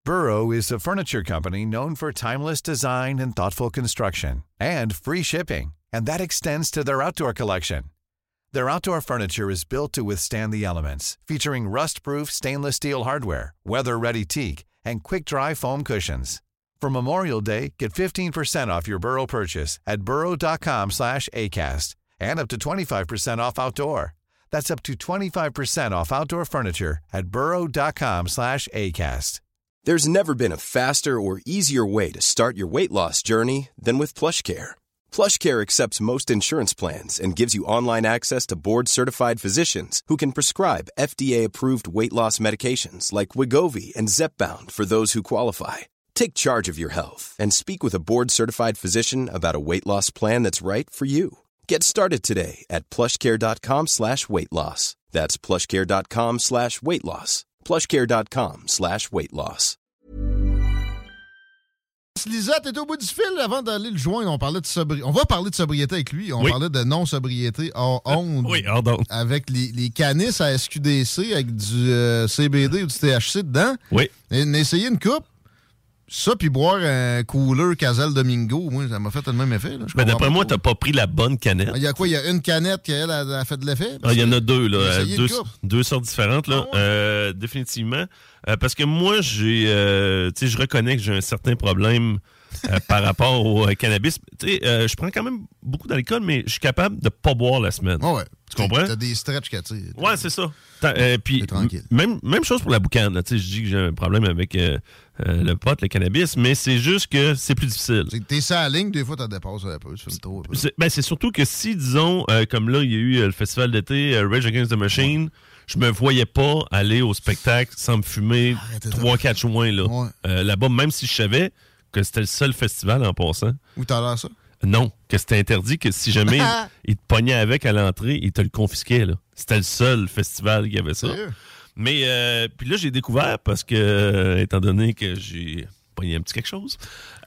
Burrow is a furniture company known for timeless design and thoughtful construction, and free shipping, and that extends to their outdoor collection. Their outdoor furniture is built to withstand the elements, featuring rust-proof stainless steel hardware, weather-ready teak, and quick-dry foam cushions. For Memorial Day, get 15% off your Burrow purchase at burrow.com/ACAST and up to 25% off outdoor. That's up to 25% off outdoor furniture at burrow.com/ACAST. There's never been a faster or easier way to start your weight loss journey than with PlushCare. PlushCare accepts most insurance plans and gives you online access to board-certified physicians who can prescribe FDA-approved weight loss medications like Wegovy and Zepbound for those who qualify. Take charge of your health and speak with a board-certified physician about a weight loss plan that's right for you. Get started today at plushcare.com/weight loss. That's plushcare.com/weight loss. plushcare.com/weight loss. Lisa, t'es au bout du fil avant d'aller le joindre. On parlait de on va parler de sobriété avec lui. On parlait de non-sobriété hors onde. Oui, hors d'onde. Avec les canisses à SQDC avec du CBD ou du THC dedans. Oui. Et essayer une coupe. Ça, puis boire un cooler Casal Domingo, moi, ça m'a fait le même effet. Là. Ben, d'après moi, t'as pas pris la bonne canette. Il y a quoi? Il y a une canette qui a fait de l'effet? Il y en a deux, là. Deux sortes différentes, là. Définitivement. Parce que moi, je reconnais que j'ai un certain problème par rapport au cannabis. Je prends quand même beaucoup d'alcool, mais je suis capable de pas boire la semaine. Oh ouais. Tu comprends? T'as des stretches qu'à tirer. Ouais, c'est ça. Puis, même chose pour la boucane. Là. Je dis que j'ai un problème avec le pot, le cannabis, mais c'est juste que c'est plus difficile. T'es sur la ligne, des fois, t'as dépassé un peu. Tu fais trop. C'est surtout que si, disons, comme là, il y a eu le festival d'été, Rage Against the Machine, je me voyais pas aller au spectacle sans me fumer 3-4 joints là. Là-bas, même si je savais que c'était le seul festival en passant. Où t'as l'air ça? Non, que c'était interdit, que si jamais il te pognait avec à l'entrée, il te le confisquait. Là. C'était le seul festival qui avait ça. Mais puis là, j'ai découvert, parce que, étant donné que j'ai pogné un petit quelque chose,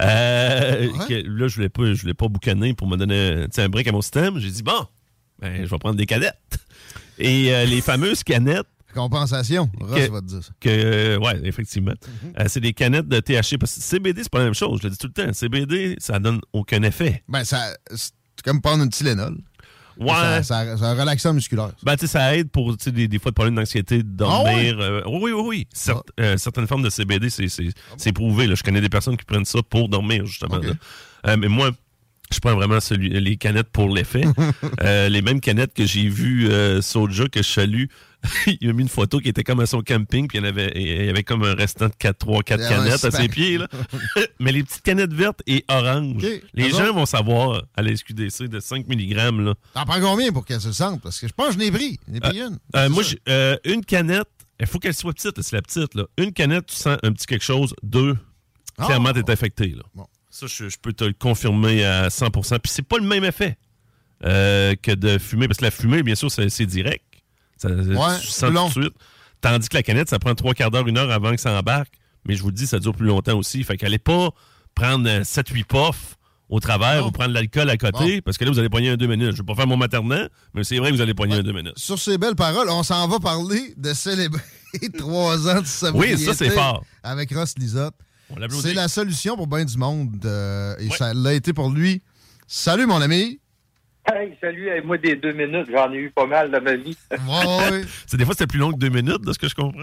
que, là, je voulais pas boucaner pour me donner un break à mon système. J'ai dit, bon, je vais prendre des canettes. Et les fameuses canettes. Compensation, Ross va te dire ça. Oui, effectivement. C'est des canettes de THC. Parce que CBD, c'est pas la même chose. Je le dis tout le temps. CBD, ça donne aucun effet. Ben, c'est comme prendre une Tylenol. Ouais. C'est un relaxant musculaire. Ben, tu sais, ça aide pour des fois de problèmes d'anxiété, de dormir. Oui. Certaines formes de CBD, c'est prouvé. Là. Je connais des personnes qui prennent ça pour dormir, justement. Okay. Mais moi, je prends vraiment les canettes pour l'effet. Les mêmes canettes que j'ai vues Soulja, que je salue. Il a mis une photo qui était comme à son camping, puis il y avait comme un restant de 3-4 canettes à ses pieds. Là. Mais les petites canettes vertes et oranges, les gens vont savoir à la SQDC de 5 mg. Là. T'en prends combien pour qu'elle se sente? Parce que je pense que je n'ai pris. Une. Moi, une canette, il faut qu'elle soit petite, c'est la petite. Là. Une canette, tu sens un petit quelque chose. 2, clairement, t'es affecté. Là. Bon. Ça, je peux te le confirmer à 100%. Puis c'est pas le même effet que de fumer. Parce que la fumée, bien sûr, c'est direct. Tu sens tout de suite. Tandis que la canette, ça prend 3/4 d'heure, 1 heure avant que ça embarque. Mais je vous le dis, ça dure plus longtemps aussi. Fait qu'allez pas prendre 7-8 puffs au travers ou prendre l'alcool à côté, parce que là, vous allez pogner un 2 minutes. Je vais pas faire mon maternant, mais c'est vrai que vous allez pogner un 2 minutes. Sur ces belles paroles, on s'en va parler de célébrer 3 ans de sobriété. Oui, ça, c'est fort. Avec Ross Lisotte. C'est la solution pour bien du monde. Et ça l'a été pour lui. Salut, mon ami. Hey, salut. Moi, des 2 minutes, j'en ai eu pas mal dans ma vie. Ouais. C'est des fois, c'était plus long que 2 minutes, de ce que je comprends.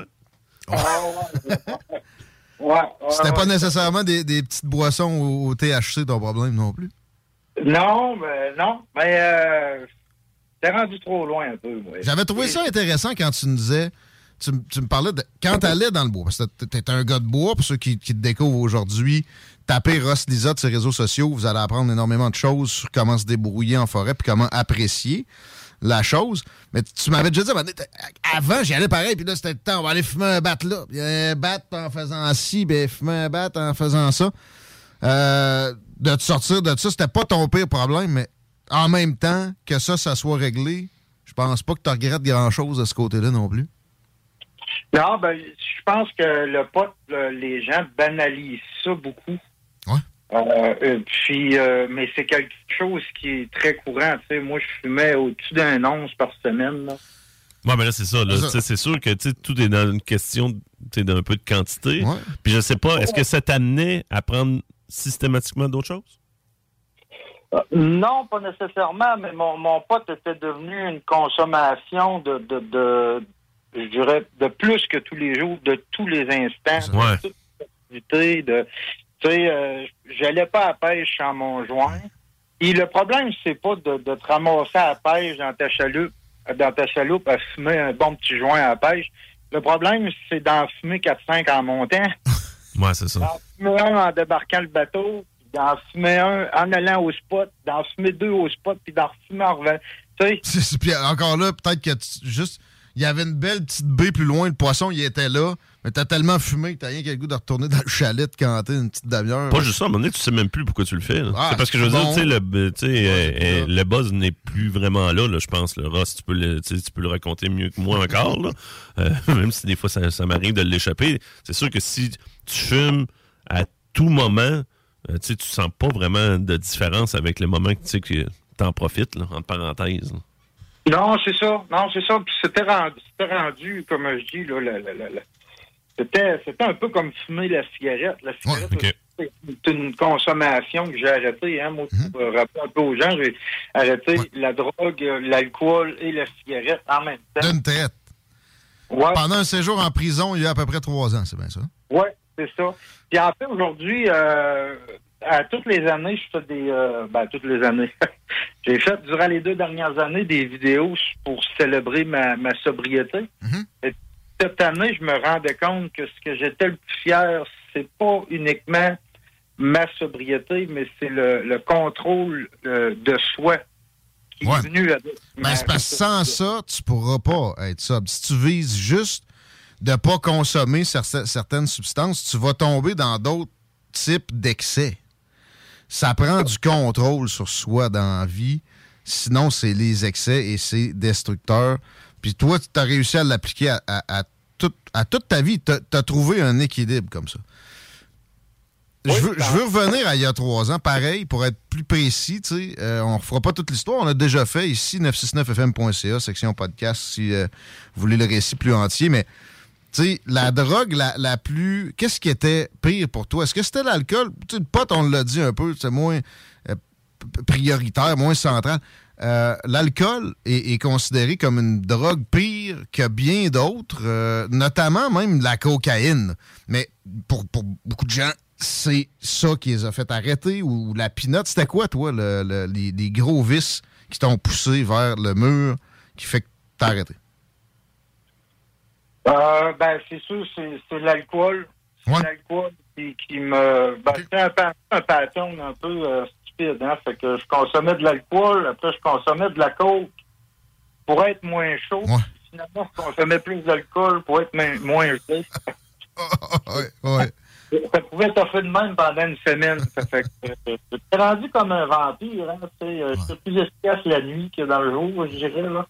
C'était pas nécessairement des petites boissons au THC ton problème non plus? Non. Mais t'es rendu trop loin un peu. Ouais. J'avais trouvé ça intéressant quand tu nous disais... Tu me parlais de... Quand t'allais dans le bois, parce que t'es un gars de bois, pour ceux qui te découvrent aujourd'hui, tapez Ross Lisotte sur les réseaux sociaux, vous allez apprendre énormément de choses sur comment se débrouiller en forêt puis comment apprécier la chose. Mais tu m'avais déjà dit, avant, j'y allais pareil, puis là, c'était le temps, on va aller fumer un bat là. Puis un bat en faisant ci, puis fumer un bat en faisant ça. De te sortir de ça, c'était pas ton pire problème, mais en même temps que ça soit réglé, je pense pas que tu regrettes grand-chose de ce côté-là non plus. Non, je pense que le pot, les gens banalisent ça beaucoup. Ouais. Mais c'est quelque chose qui est très courant. Tu sais, moi, je fumais au-dessus d'1 once par semaine. Là. Ouais, mais là, c'est ça. Là. C'est sûr que tout est dans une question d'un peu de quantité. Ouais. Puis je sais pas, est-ce que ça t'amenait à prendre systématiquement d'autres choses? Non, pas nécessairement, mais mon pote était devenu une consommation je dirais, de plus que tous les jours, de tous les instants, ouais. de toute l'activité, j'allais pas à la pêche sans mon joint. Et le problème, c'est pas de te ramasser à la pêche dans ta chaloupe à fumer un bon petit joint à la pêche. Le problème, c'est d'en fumer 4-5 en montant. Ouais, c'est ça. D'en fumer un en débarquant le bateau, d'en fumer un en allant au spot, d'en fumer 2 au spot, puis d'en fumer en revenant. Puis encore là, peut-être que il y avait une belle petite baie plus loin, le poisson, il était là, mais t'as tellement fumé que t'as rien qu'à le goût de retourner dans le chalet de canter une petite demi-heure. Pas juste ça, à un moment donné, tu sais même plus pourquoi tu le fais. C'est parce que je veux dire, le buzz n'est plus vraiment là, je pense. Le Ross, tu peux le raconter mieux que moi encore, là. Même si des fois ça m'arrive de l'échapper. C'est sûr que si tu fumes à tout moment, tu sens pas vraiment de différence avec le moment que t'en profites, là, entre parenthèses. Là. Non, c'est ça. Puis c'était rendu, comme je dis, là, c'était un peu comme fumer la cigarette. La cigarette, c'est une consommation que j'ai arrêtée. Hein, moi, pour rappeler un peu aux gens, j'ai arrêté la drogue, l'alcool et la cigarette en même temps. D'une traite. Ouais. Pendant un séjour en prison, il y a à peu près 3 ans, c'est bien ça? Oui, c'est ça. Puis en fait, aujourd'hui, à toutes les années, je fais des... toutes les années. J'ai fait, durant les 2 dernières années, des vidéos pour célébrer ma sobriété. Et cette année, je me rendais compte que ce que j'étais le plus fier, c'est pas uniquement ma sobriété, mais c'est le contrôle de soi qui est venu avec... c'est parce que sans ça, tu pourras pas être sobre. Si tu vises juste de pas consommer certaines substances, tu vas tomber dans d'autres types d'excès. Ça prend du contrôle sur soi dans la vie. Sinon, c'est les excès et c'est destructeur. Puis toi, tu as réussi à l'appliquer à toute ta vie. Tu as trouvé un équilibre comme ça. Oui, je veux revenir à il y a 3 ans. Pareil, pour être plus précis, on ne refera pas toute l'histoire. On a déjà fait ici, 969fm.ca, section podcast, si vous voulez le récit plus entier. Mais la drogue la plus... Qu'est-ce qui était pire pour toi? Est-ce que c'était l'alcool? Le pot, on l'a dit un peu, c'est moins prioritaire, moins central. L'alcool est considéré comme une drogue pire que bien d'autres, notamment même la cocaïne. Mais pour beaucoup de gens, c'est ça qui les a fait arrêter, ou la pinotte. C'était quoi, toi, les gros vices qui t'ont poussé vers le mur qui fait que t'as arrêté? C'est sûr, c'est l'alcool. C'est l'alcool qui me... c'est un pattern un peu stupide, hein? Fait que je consommais de l'alcool, après je consommais de la coke pour être moins chaud. Ouais. Finalement, je consommais plus d'alcool pour être moins chaud. Ouais. Ça pouvait t'offrir de même pendant une semaine. Ça fait que j'étais rendu comme un vampire. Hein? J'étais plus efficace la nuit que dans le jour, je dirais, là.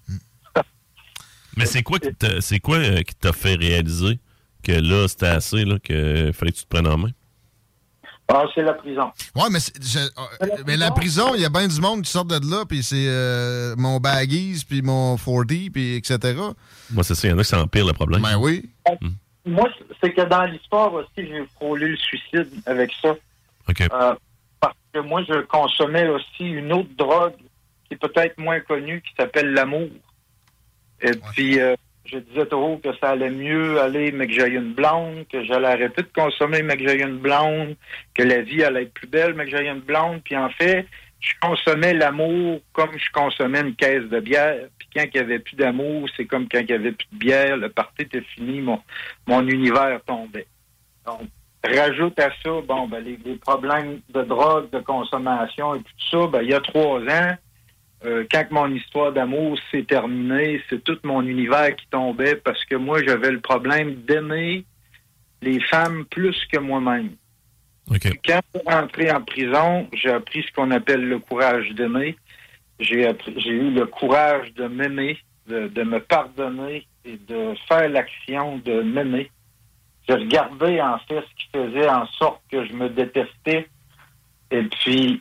Mais c'est quoi qui t'a fait réaliser que là, c'était assez, là, qu'il fallait que tu te prennes en main? Ah, c'est la prison. Ouais, mais la prison, il y a bien du monde qui sort de là, puis c'est mon baggies, puis mon 40, puis etc. Moi, c'est ça, il y en a qui s'empirent le problème. Ben oui. Moi, c'est que dans l'histoire aussi, j'ai frôlé le suicide avec ça. OK. Parce que moi, je consommais aussi une autre drogue qui est peut-être moins connue, qui s'appelle l'amour. Et puis, je disais toujours que ça allait mieux aller, mais que j'aille une blonde, que j'allais arrêter de consommer, mais que j'aille une blonde, que la vie allait être plus belle, mais que j'aille une blonde. Puis en fait, je consommais l'amour comme je consommais une caisse de bière. Puis quand il n'y avait plus d'amour, c'est comme quand il n'y avait plus de bière, le party était fini, mon univers tombait. Donc, rajoute à ça, les problèmes de drogue, de consommation et tout ça, il y a 3 ans, quand mon histoire d'amour s'est terminée, c'est tout mon univers qui tombait parce que moi, j'avais le problème d'aimer les femmes plus que moi-même. Okay. Quand je suis rentré en prison, j'ai appris ce qu'on appelle le courage d'aimer. J'ai eu le courage de m'aimer, de me pardonner et de faire l'action de m'aimer. J'ai regardé, en fait, ce qui faisait en sorte que je me détestais. Et puis,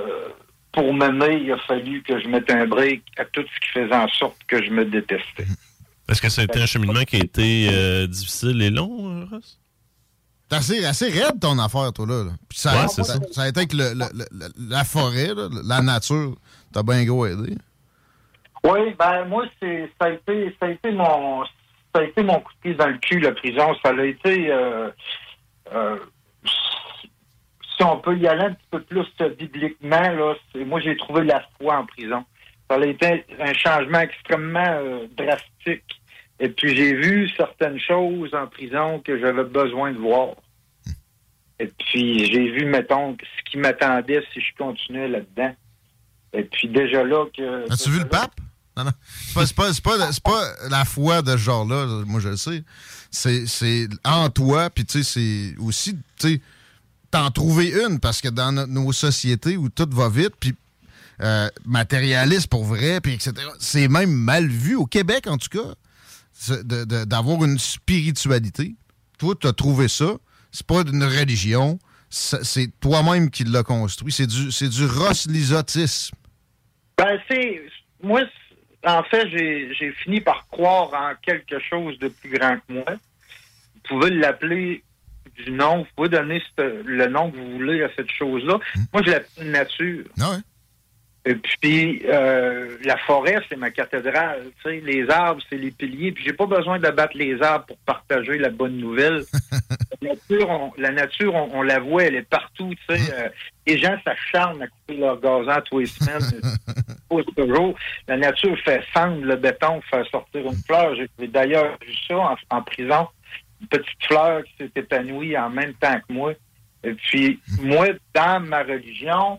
pour m'aimer, il a fallu que je mette un break à tout ce qui faisait en sorte que je me détestais. Est-ce que ça a été un cheminement qui a été difficile et long, Ross? C'est assez raide ton affaire, toi, là. Puis ça a été avec la forêt, là, la nature. T'as bien gros aidé. Oui, ben moi, ça a été mon coup de pied dans le cul, la prison. Ça a été... si on peut y aller un petit peu plus bibliquement, là, moi, j'ai trouvé la foi en prison. Ça a été un changement extrêmement drastique. Et puis, j'ai vu certaines choses en prison que j'avais besoin de voir. Et puis, j'ai vu, mettons, ce qui m'attendait si je continuais là-dedans. Et puis, déjà là que... As-tu vu le pape? Non. C'est pas la foi de ce genre-là, moi, je le sais. C'est en toi, puis tu sais, c'est aussi, tu sais, t'en trouver une, parce que dans nos sociétés où tout va vite, puis matérialiste pour vrai, puis etc., c'est même mal vu, au Québec, en tout cas, d'avoir une spiritualité. Toi, t'as trouvé ça. C'est pas une religion. C'est toi-même qui l'as construit. C'est du rosslisotisme. Ben, moi, en fait, j'ai fini par croire en quelque chose de plus grand que moi. Vous pouvez l'appeler du nom. Vous pouvez donner le nom que vous voulez à cette chose-là. Moi, je l'appelle nature. Ah ouais. Et puis, la forêt, c'est ma cathédrale. Tu sais, les arbres, c'est les piliers. Puis, j'ai pas besoin d'abattre les arbres pour partager la bonne nouvelle. La nature, on la voit, elle est partout. Tu sais, les gens s'acharnent à couper leur gazon tous les semaines. Toujours. La nature fait fendre le béton, fait sortir une fleur. J'ai d'ailleurs vu ça en prison. Une petite fleur qui s'est épanouie en même temps que moi. Et puis, moi, dans ma religion,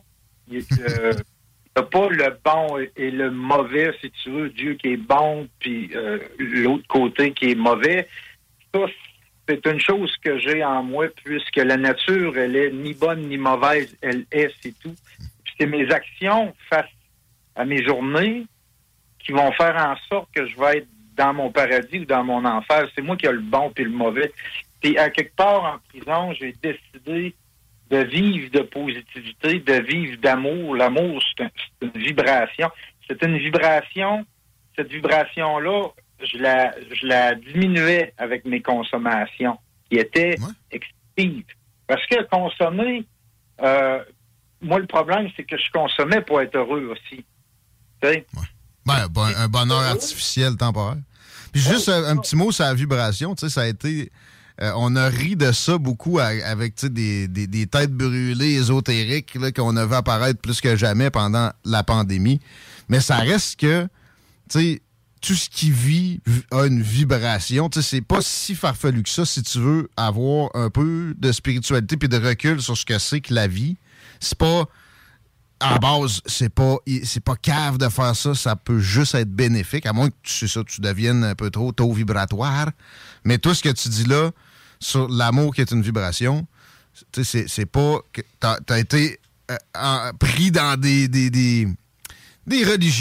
t'as pas le bon et le mauvais, si tu veux, Dieu qui est bon, puis l'autre côté qui est mauvais. Ça, c'est une chose que j'ai en moi, puisque la nature, elle est ni bonne ni mauvaise, elle est, c'est tout. Puis c'est mes actions face à mes journées qui vont faire en sorte que je vais être dans mon paradis ou dans mon enfer. C'est moi qui ai le bon puis le mauvais. Puis à quelque part en prison, j'ai décidé de vivre de positivité, de vivre d'amour. L'amour, c'est une vibration. C'est une vibration. Cette vibration-là, je la diminuais avec mes consommations, qui étaient excessives. Parce que consommer, moi, le problème, c'est que je consommais pour être heureux aussi. Tu sais? Ouais. Ben, un bonheur artificiel temporaire. Puis juste un petit mot sur la vibration, tu sais, ça a été... on a ri de ça beaucoup avec des têtes brûlées ésotériques là, qu'on a vu apparaître plus que jamais pendant la pandémie. Mais ça reste que, tu sais, tout ce qui vit a une vibration. Tu sais, c'est pas si farfelu que ça si tu veux avoir un peu de spiritualité puis de recul sur ce que c'est que la vie. C'est pas... À la base, c'est pas cave de faire ça. Ça peut juste être bénéfique, à moins que tu deviennes un peu trop taux vibratoire. Mais tout ce que tu dis là, sur l'amour qui est une vibration, tu sais, c'est pas que t'as été pris dans des religions.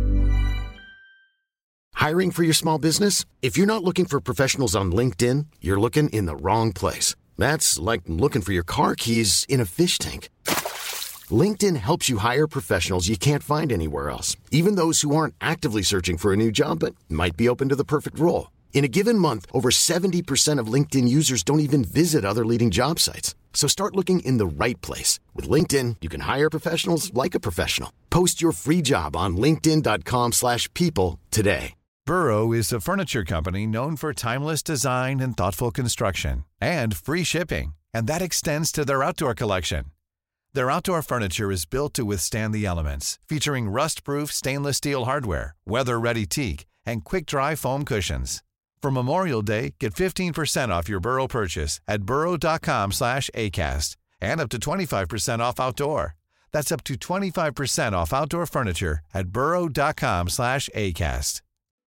Hiring for your small business? If you're not looking for professionals on LinkedIn, you're looking in the wrong place. That's like looking for your car keys in a fish tank. LinkedIn helps you hire professionals you can't find anywhere else, even those who aren't actively searching for a new job but might be open to the perfect role. In a given month, over 70% of LinkedIn users don't even visit other leading job sites. So start looking in the right place. With LinkedIn, you can hire professionals like a professional. Post your free job on linkedin.com/people today. Burrow is a furniture company known for timeless design and thoughtful construction, and free shipping. And that extends to their outdoor collection. Their outdoor furniture is built to withstand the elements, featuring rust-proof stainless steel hardware, weather-ready teak, and quick-dry foam cushions. For Memorial Day, get 15% off your Burrow purchase at burrow.com/ACAST and up to 25% off outdoor. That's up to 25% off outdoor furniture at burrow.com/ACAST.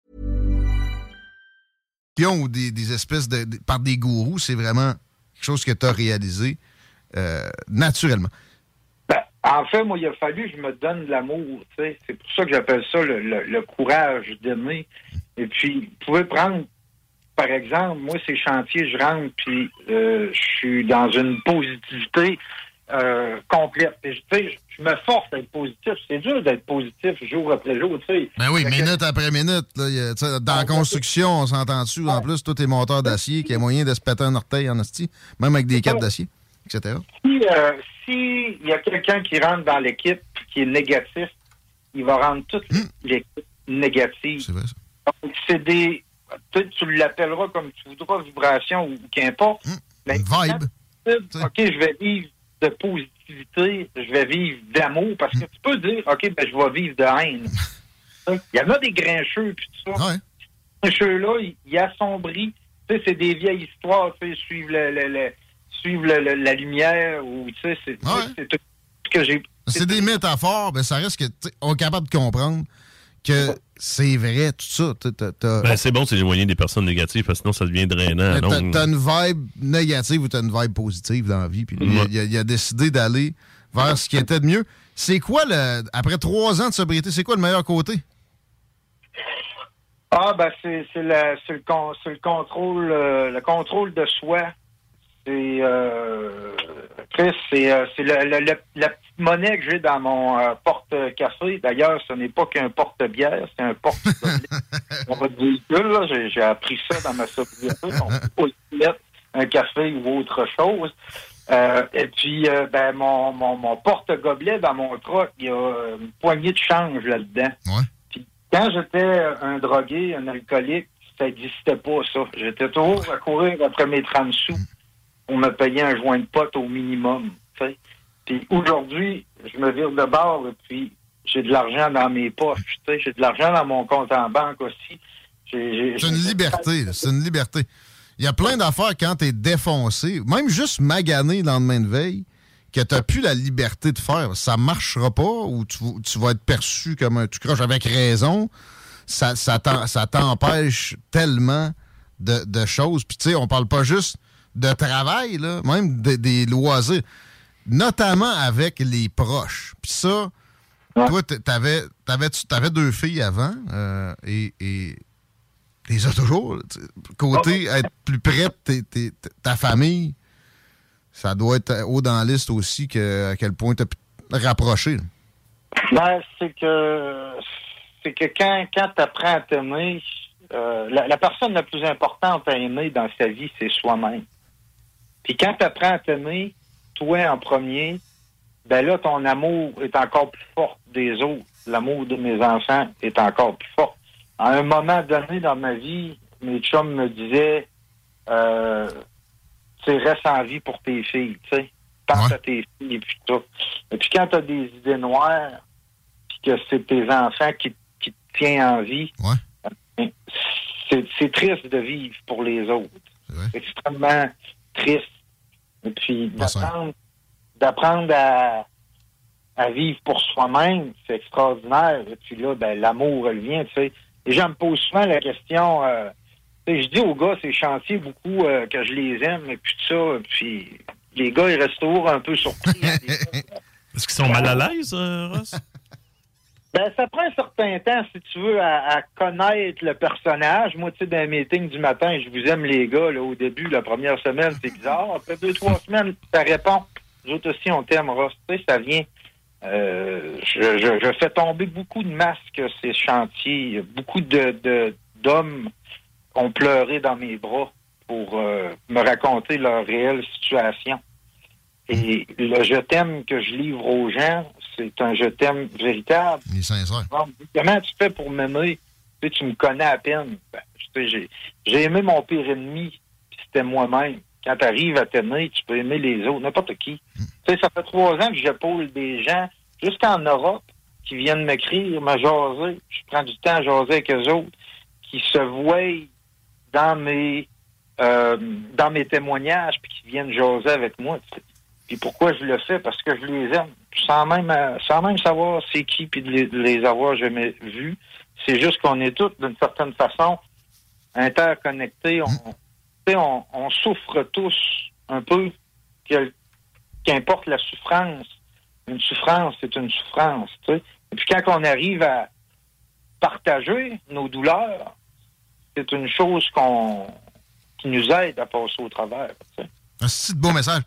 Ou des espèces par des gourous, c'est vraiment quelque chose que tu as réalisé naturellement. En fait, moi, il a fallu que je me donne de l'amour. C'est pour ça que j'appelle ça le courage d'aimer. Et puis, vous pouvez prendre, par exemple, moi, ces chantiers, je rentre, puis je suis dans une positivité complète. Et, je me force à être positif. C'est dur d'être positif jour après jour. Ben oui, minute après minute. Là, dans la construction, on s'entend dessus. En plus, tout est moteur d'acier, qu'il y a moyen de se péter un orteil en hostie, même avec des câbles d'acier, etc. Si il y a quelqu'un qui rentre dans l'équipe et qui est négatif, il va rendre toute l'équipe négative. C'est vrai, ça. Donc, c'est des... Tu l'appelleras comme tu voudras, vibration ou qu'importe. Une vibe. OK, je vais vivre de positivité, je vais vivre d'amour, parce que tu peux dire, OK, ben je vais vivre de haine. Il y en a des grincheux, puis tout ça. Ouais. Ces grincheux-là, ils assombrissent. Tu sais, c'est des vieilles histoires, tu sais, suivre la lumière, ou tu sais, c'est tout ce que j'ai... C'est des métaphores, mais ça reste que on est capable de comprendre que c'est vrai, tout ça. Ben, c'est bon, c'est d'éloigner des personnes négatives, parce que sinon, ça devient drainant. T'as une vibe négative ou t'as une vibe positive dans la vie. Puis il a décidé d'aller vers ce qui était de mieux. C'est quoi, après 3 ans de sobriété, c'est quoi le meilleur côté? Ah, ben, c'est le contrôle de soi. Chris, c'est la petite monnaie que j'ai dans mon porte-café. D'ailleurs, ce n'est pas qu'un porte-bière, c'est un porte-gobelet. On va dire là, j'ai appris ça dans ma sobriété. On peut pas y mettre un café ou autre chose. Et puis, ben, mon porte-gobelet dans mon truck, il y a une poignée de change là-dedans. Ouais. Puis, quand j'étais un drogué, un alcoolique, ça n'existait pas, ça. J'étais toujours à courir après mes 30 sous. On me payait un joint de pote au minimum. T'sais. Puis aujourd'hui, je me vire de bord et puis j'ai de l'argent dans mes poches. J'ai de l'argent dans mon compte en banque aussi. C'est une liberté. C'est une liberté. Il y a plein d'affaires quand t'es défoncé, même juste magané le lendemain de veille, que t'as plus la liberté de faire. Ça marchera pas ou tu vas être perçu comme un tu croches avec raison. Ça t'empêche tellement de choses. Puis tu sais, on parle pas juste de travail, là, même des loisirs, notamment avec les proches. Puis ça, toi, t'avais 2 filles avant, et les as toujours. Côté être plus près de ta famille, ça doit être haut dans la liste aussi à quel point t'as pu te rapprocher. Ben, c'est que quand t'apprends à t'aimer, la personne la plus importante à aimer dans sa vie, c'est soi-même. Puis quand tu apprends à t'aimer, toi en premier, ben là, ton amour est encore plus fort des autres. L'amour de mes enfants est encore plus fort. À un moment donné dans ma vie, mes chums me disaient tu restes en vie pour tes filles, tu sais. Pense à tes filles et puis tout. Et puis quand tu as des idées noires, puis que c'est tes enfants qui te tiennent en vie, c'est triste de vivre pour les autres. C'est extrêmement triste. Et puis, d'apprendre à vivre pour soi-même, c'est extraordinaire. Et puis là, ben, l'amour, elle vient, tu sais. Les gens me posent souvent la question, je dis aux gars, c'est chantier beaucoup que je les aime, et puis tout ça. Puis les gars, ils restent toujours un peu surpris. Est-ce qu'ils sont mal à l'aise, Ross? Ben, ça prend un certain temps, si tu veux, à connaître le personnage. Moi, tu sais, dans un meeting du matin, je vous aime les gars, là, au début, la première semaine, c'est bizarre. Après 2-3 semaines, ça répond. Nous autres aussi, on t'aime, Ross. Tu sais, ça vient. Je fais tomber beaucoup de masques, ces chantiers. Beaucoup d'hommes ont pleuré dans mes bras pour me raconter leur réelle situation. Et le je t'aime que je livre aux gens, c'est un je t'aime véritable. Il est sincère. Comment tu fais pour m'aimer? Tu sais, tu me connais à peine. Ben, j'ai aimé mon pire ennemi, puis c'était moi-même. Quand tu arrives à t'aimer, tu peux aimer les autres, n'importe qui. Tu sais, ça fait 3 ans que j'épaule des gens, jusqu'en Europe, qui viennent m'écrire, me jaser. Je prends du temps à jaser avec eux autres, qui se voient dans mes témoignages, puis qui viennent jaser avec moi. Tu sais. Puis pourquoi je le fais? Parce que je les aime. Sans même savoir c'est qui, puis de les avoir jamais vus. C'est juste qu'on est tous, d'une certaine façon, interconnectés. On souffre tous un peu, qu'importe la souffrance. Une souffrance, c'est une souffrance. Tu sais. Et puis quand on arrive à partager nos douleurs, c'est une chose qui nous aide à passer au travers. Tu sais. C'est de beau message.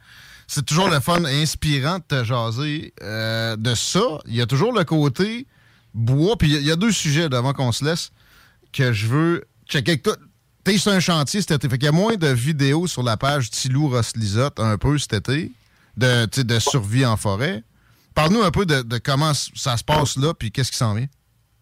c'est toujours le fun inspirant de te jaser de ça. Il y a toujours le côté bois. Puis il y a deux sujets là, avant qu'on se laisse que je veux checker avec toi. T'es sur un chantier cet été. Fait qu'il y a moins de vidéos sur la page Tilou Ross Lisotte un peu cet été de survie en forêt. Parle-nous un peu de comment ça se passe là puis qu'est-ce qui s'en vient.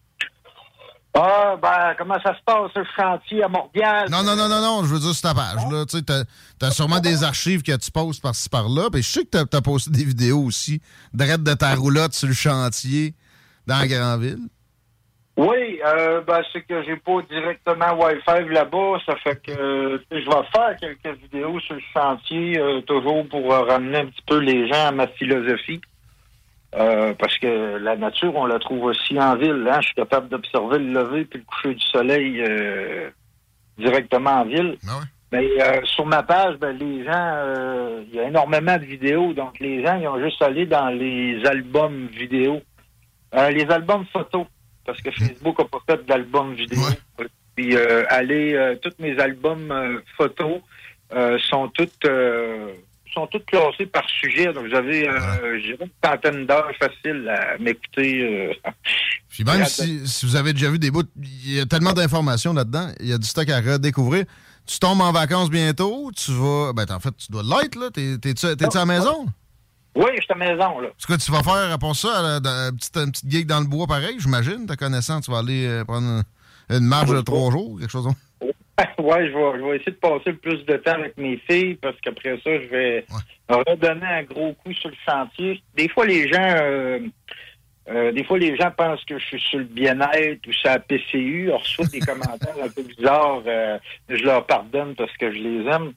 Comment ça se passe sur le chantier à Montréal? Non, je veux dire sur ta page. Là, tu sais, t'as sûrement des archives que tu postes par-ci par-là. Puis je sais que t'as posté des vidéos aussi de ta roulotte sur le chantier dans la Grandville. Oui, c'est que j'ai pas directement Wi-Fi là-bas. Ça fait que je vais faire quelques vidéos sur le chantier, toujours pour ramener un petit peu les gens à ma philosophie. Parce que la nature, on la trouve aussi en ville. Hein? Je suis capable d'observer le lever puis le coucher du soleil directement en ville. Ah ouais. Mais sur ma page, les gens, il y a énormément de vidéos. Donc, les gens, ils ont juste allé dans les albums vidéo. Les albums photos. Parce que Facebook n'a pas fait d'album vidéo. Ouais. Puis, tous mes albums photos sont toutes classés par sujet. Donc, vous avez une centaine d'heures faciles à m'écouter. Puis même si vous avez déjà vu des bouts, il y a tellement d'informations là-dedans, il y a du stock à redécouvrir. Tu tombes en vacances bientôt, tu vas... en fait, tu dois l'être, là. T'es-tu à la maison? Oui, je suis à la maison, là. Ce que tu vas faire, à part ça, une petite gig dans le bois pareil, j'imagine, te connaissant, tu vas aller prendre une marche de 3 jours, quelque chose comme ça? Oui, je vais essayer de passer le plus de temps avec mes filles, parce qu'après ça, je vais redonner un gros coup sur le chantier. Des fois, les gens pensent que je suis sur le bien-être ou sur la PCU. On reçoit des commentaires un peu bizarres. Je leur pardonne parce que je les aime.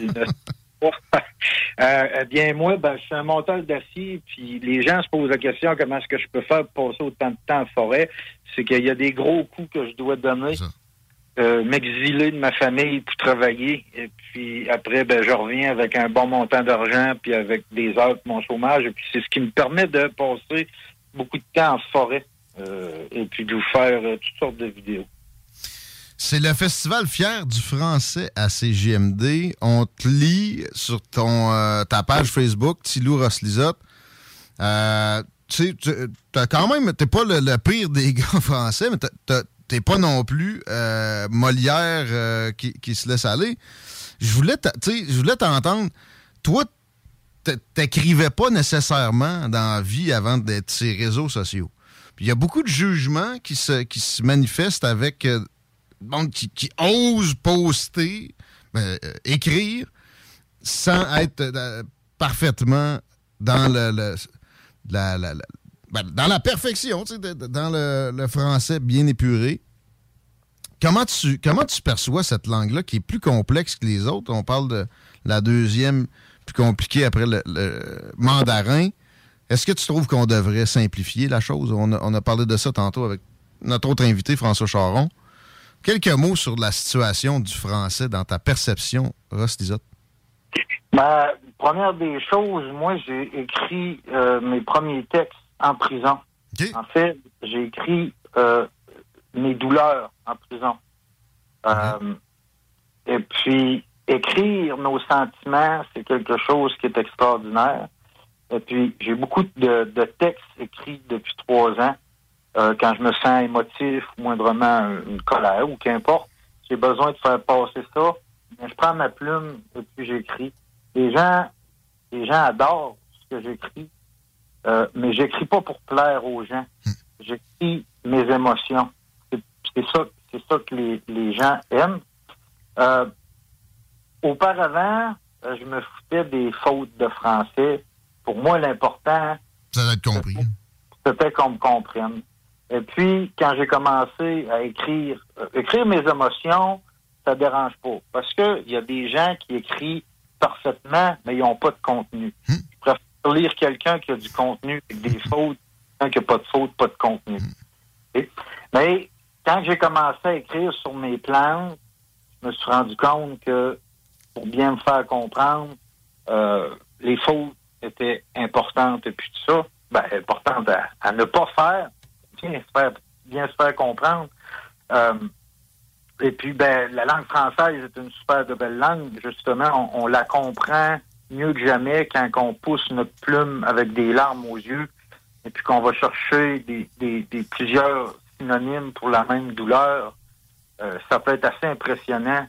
Moi, je suis un monteur d'acier, puis les gens se posent la question comment est-ce que je peux faire pour passer autant de temps en forêt. C'est qu'il y a des gros coups que je dois donner. M'exiler de ma famille pour travailler. Et puis après, je reviens avec un bon montant d'argent, puis avec des heures pour mon chômage. Et puis c'est ce qui me permet de passer beaucoup de temps en forêt et puis de vous faire toutes sortes de vidéos. C'est le Festival Fier du français à CJMD. On te lit sur ta page Facebook, Tilou Ross Lisotte. Tu sais, t'es pas le pire des gars français, mais t'es pas non plus Molière qui se laisse aller. Je voulais t'entendre. Toi, t'écrivais pas nécessairement dans la vie avant d'être sur les réseaux sociaux. Puis il y a beaucoup de jugements qui se manifestent avec qui osent poster, écrire, sans être parfaitement dans dans la perfection, dans le français bien épuré. Comment tu perçois cette langue-là qui est plus complexe que les autres? On parle de la deuxième plus compliquée après le mandarin. Est-ce que tu trouves qu'on devrait simplifier la chose? On a parlé de ça tantôt avec notre autre invité, François Charon. Quelques mots sur la situation du français dans ta perception, Ross Lisotte. Première des choses, moi, j'ai écrit mes premiers textes en prison. Okay. En fait, j'ai écrit mes douleurs en prison. Et puis, écrire nos sentiments, c'est quelque chose qui est extraordinaire. Et puis, j'ai beaucoup de textes écrits depuis 3 ans. Quand je me sens émotif, ou moindrement une colère, ou qu'importe, j'ai besoin de faire passer ça. Je prends ma plume et puis j'écris. Les gens adorent ce que j'écris, mais j'écris pas pour plaire aux gens. J'écris mes émotions. C'est ça que les gens aiment. Auparavant, je me foutais des fautes de français. Pour moi, l'important... Ça doit être compris. C'était qu'on me comprenne. Et puis, quand j'ai commencé à écrire mes émotions, ça dérange pas. Parce que il y a des gens qui écrivent parfaitement, mais ils n'ont pas de contenu. Je préfère lire quelqu'un qui a du contenu avec des fautes, quelqu'un qui n'a pas de fautes, pas de contenu. Mais quand j'ai commencé à écrire sur mes plantes, je me suis rendu compte que pour bien me faire comprendre, les fautes étaient importantes et puis tout ça, importantes à ne pas faire, bien se faire comprendre. Et puis, la langue française est une super de belle langue. Justement, on la comprend mieux que jamais quand on pousse notre plume avec des larmes aux yeux et puis qu'on va chercher des plusieurs synonymes pour la même douleur. Ça peut être assez impressionnant.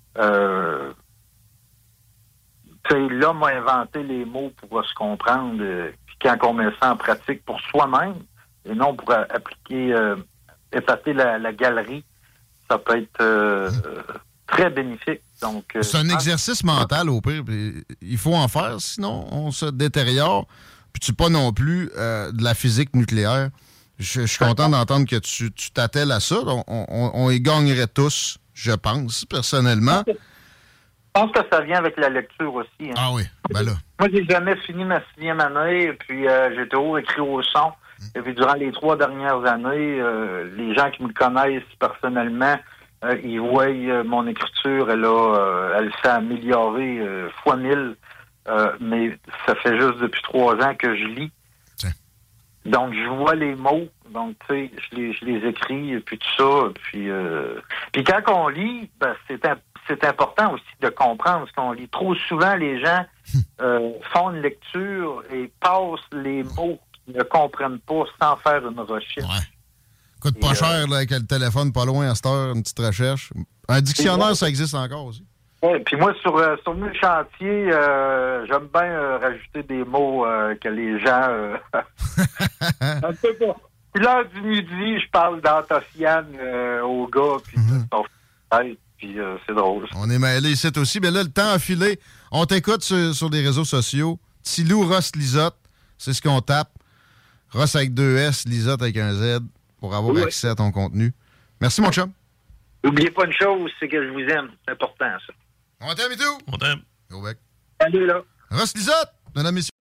L'homme a inventé les mots pour se comprendre, puis quand on met ça en pratique pour soi-même, et non pour appliquer, épater la galerie, ça peut être très bénéfique. Donc, c'est un exercice mental au pire. Il faut en faire, sinon on se détériore. Puis tu pas non plus de la physique nucléaire. Je suis content d'entendre que tu t'attelles à ça. On y gagnerait tous, je pense, personnellement. Je pense que ça vient avec la lecture aussi. Hein. Ah oui, ben là. Moi, j'ai jamais fini ma 6e année, puis j'ai toujours écrit au son. Et puis durant les 3 dernières années, les gens qui me connaissent personnellement, ils voient mon écriture, elle s'est améliorée fois 1000. Mais ça fait juste depuis 3 ans que je lis. Tiens. Donc, je vois les mots. Donc, tu sais, je les écris, et puis tout ça. Puis quand on lit, ben, c'est important aussi de comprendre ce qu'on lit. Trop souvent, les gens font une lecture et passent les mots qu'ils ne comprennent pas sans faire une recherche. Ouais. Coûte pas cher là, avec le téléphone pas loin à cette heure, une petite recherche. Un dictionnaire, ça existe encore aussi. Oui, puis moi, sur le chantier, j'aime bien rajouter des mots que les gens... un peu pas. Puis l'heure du midi, je parle d'antociane aux gars, puis puis c'est drôle. On est mêlés ici aussi. Mais là, le temps a filé. On t'écoute sur des réseaux sociaux. Tilou Ross Lisotte, c'est ce qu'on tape. Ross avec 2 S, Lisotte avec un Z, pour avoir accès à ton contenu. Merci, mon chum. N'oubliez pas une chose, c'est que je vous aime. C'est important, ça. On t'aime et tout. On t'aime. Au bec. Salut, là. Ross Lisotte, mesdames, messieurs.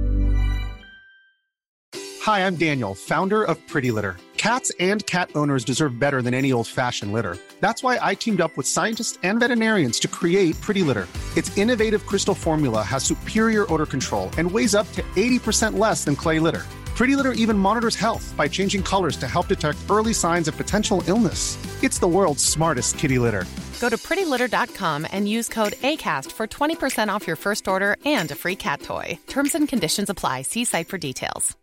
Hi, I'm Daniel, founder of Pretty Litter. Cats and cat owners deserve better than any old-fashioned litter. That's why I teamed up with scientists and veterinarians to create Pretty Litter. Its innovative crystal formula has superior odor control and weighs up to 80% less than clay litter. Pretty Litter even monitors health by changing colors to help detect early signs of potential illness. It's the world's smartest kitty litter. Go to prettylitter.com and use code ACAST for 20% off your first order and a free cat toy. Terms and conditions apply. See site for details.